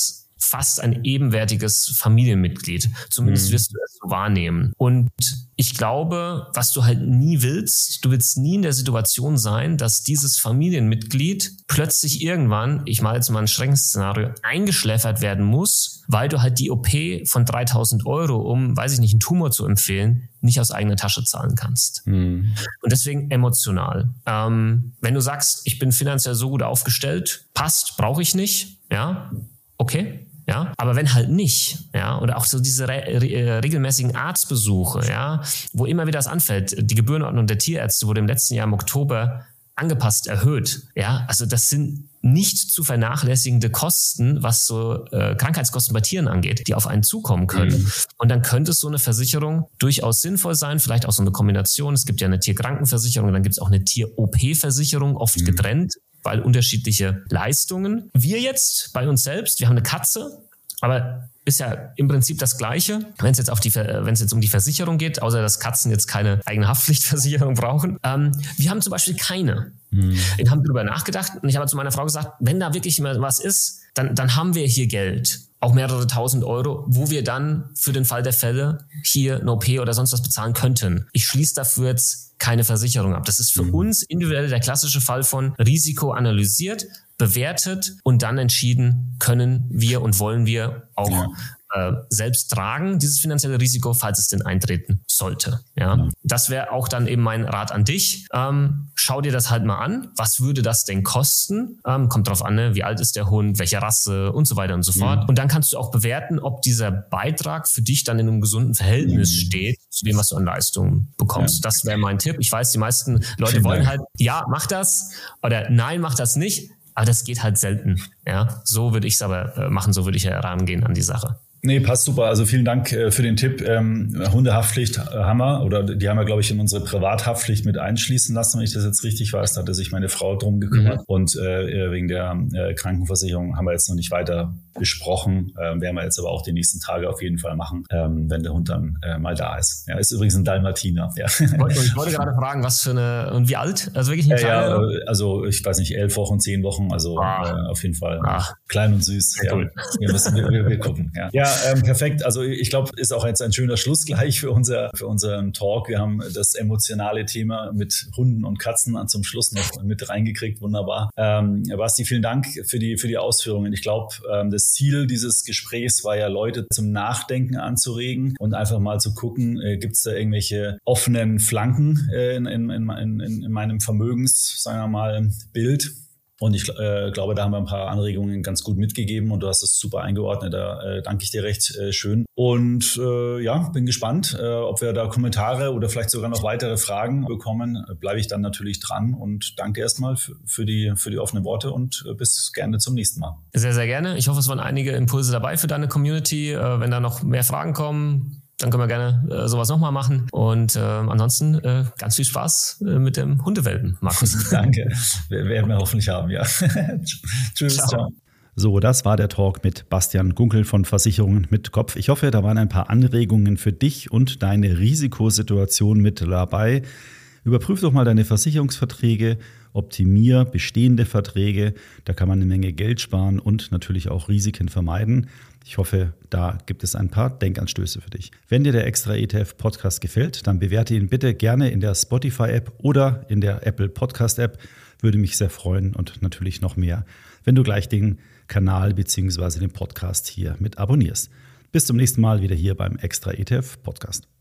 fast ein ebenwertiges Familienmitglied. Zumindest wirst du es so wahrnehmen. Und ich glaube, was du halt nie willst, du willst nie in der Situation sein, dass dieses Familienmitglied plötzlich irgendwann, ich mache jetzt mal ein strenges Szenario, eingeschläfert werden muss, weil du halt die OP von 3.000 Euro, um, weiß ich nicht, einen Tumor zu empfehlen, nicht aus eigener Tasche zahlen kannst. Und deswegen emotional. Wenn du sagst, ich bin finanziell so gut aufgestellt, passt, brauche ich nicht, ja, okay. Ja, aber wenn halt nicht, ja, oder auch so diese regelmäßigen Arztbesuche, ja, wo immer wieder das anfällt, die Gebührenordnung der Tierärzte wurde im letzten Jahr im Oktober angepasst, erhöht, ja, also das sind nicht zu vernachlässigende Kosten, was so Krankheitskosten bei Tieren angeht, die auf einen zukommen können. Und dann könnte so eine Versicherung durchaus sinnvoll sein, vielleicht auch so eine Kombination. Es gibt ja eine Tierkrankenversicherung, dann gibt es auch eine Tier-OP-Versicherung, oft getrennt, weil unterschiedliche Leistungen. Wir jetzt bei uns selbst, wir haben eine Katze, aber ist ja im Prinzip das Gleiche, wenn es jetzt um die Versicherung geht, außer dass Katzen jetzt keine eigene Haftpflichtversicherung brauchen. Wir haben zum Beispiel keine. Wir haben darüber nachgedacht und ich habe zu meiner Frau gesagt, wenn da wirklich mal was ist, dann haben wir hier Geld, auch mehrere tausend Euro, wo wir dann für den Fall der Fälle hier eine OP oder sonst was bezahlen könnten. Ich schließe dafür jetzt keine Versicherung ab. Das ist für uns individuell der klassische Fall von Risiko analysiert, bewertet und dann entschieden, können wir und wollen wir auch selbst tragen, dieses finanzielle Risiko, falls es denn eintreten sollte. Ja. Das wäre auch dann eben mein Rat an dich. Schau dir das halt mal an. Was würde das denn kosten? Kommt drauf an, ne? Wie alt ist der Hund, welche Rasse und so weiter und so fort. Und dann kannst du auch bewerten, ob dieser Beitrag für dich dann in einem gesunden Verhältnis steht zu dem, was du an Leistungen bekommst. Das wäre mein Tipp. Ich weiß, die meisten Leute wollen halt, ja, mach das oder nein, mach das nicht. Aber das geht halt selten. Ja, so würde ich es aber machen, so würde ich herangehen an die Sache. Nee, passt super. Also vielen Dank für den Tipp. Hundehaftpflicht haben wir, oder die haben wir, glaube ich, in unsere Privathaftpflicht mit einschließen lassen, wenn ich das jetzt richtig weiß. Da hatte sich meine Frau drum gekümmert. Und wegen der Krankenversicherung haben wir jetzt noch nicht weiter besprochen. Werden wir jetzt aber auch die nächsten Tage auf jeden Fall machen, wenn der Hund dann mal da ist. Ja, ist übrigens ein Dalmatiner. Ja. Ich wollte gerade fragen, was für eine, und wie alt? Also wirklich ein kleiner? Also ich weiß nicht, 11 Wochen, 10 Wochen, also auf jeden Fall klein und süß. Ja. Cool. Wir gucken. Ja, perfekt. Also ich glaube, ist auch jetzt ein schöner Schluss gleich für unseren Talk. Wir haben das emotionale Thema mit Hunden und Katzen zum Schluss noch mit reingekriegt. Wunderbar. Basti, vielen Dank für die Ausführungen. Ich glaube, das Ziel dieses Gesprächs war ja, Leute zum Nachdenken anzuregen und einfach mal zu gucken, gibt es da irgendwelche offenen Flanken in meinem sagen wir mal, Bild. Und ich glaube, da haben wir ein paar Anregungen ganz gut mitgegeben und du hast es super eingeordnet. Da danke ich dir recht schön. Und bin gespannt, ob wir da Kommentare oder vielleicht sogar noch weitere Fragen bekommen. Bleibe ich dann natürlich dran und danke erstmal für die offenen Worte und bis gerne zum nächsten Mal. Sehr, sehr gerne. Ich hoffe, es waren einige Impulse dabei für deine Community. Wenn da noch mehr Fragen kommen, dann können wir gerne sowas nochmal machen. Und ansonsten ganz viel Spaß mit dem Hundewelpen, Markus. Danke. Werden wir hoffentlich haben, ja. Tschüss. Ciao. So, das war der Talk mit Bastian Gunkel von Versicherungen mit Kopf. Ich hoffe, da waren ein paar Anregungen für dich und deine Risikosituation mit dabei. Überprüf doch mal deine Versicherungsverträge, optimier bestehende Verträge. Da kann man eine Menge Geld sparen und natürlich auch Risiken vermeiden. Ich hoffe, da gibt es ein paar Denkanstöße für dich. Wenn dir der Extra ETF Podcast gefällt, dann bewerte ihn bitte gerne in der Spotify-App oder in der Apple Podcast-App. Würde mich sehr freuen und natürlich noch mehr, wenn du gleich den Kanal bzw. den Podcast hier mit abonnierst. Bis zum nächsten Mal wieder hier beim Extra ETF Podcast.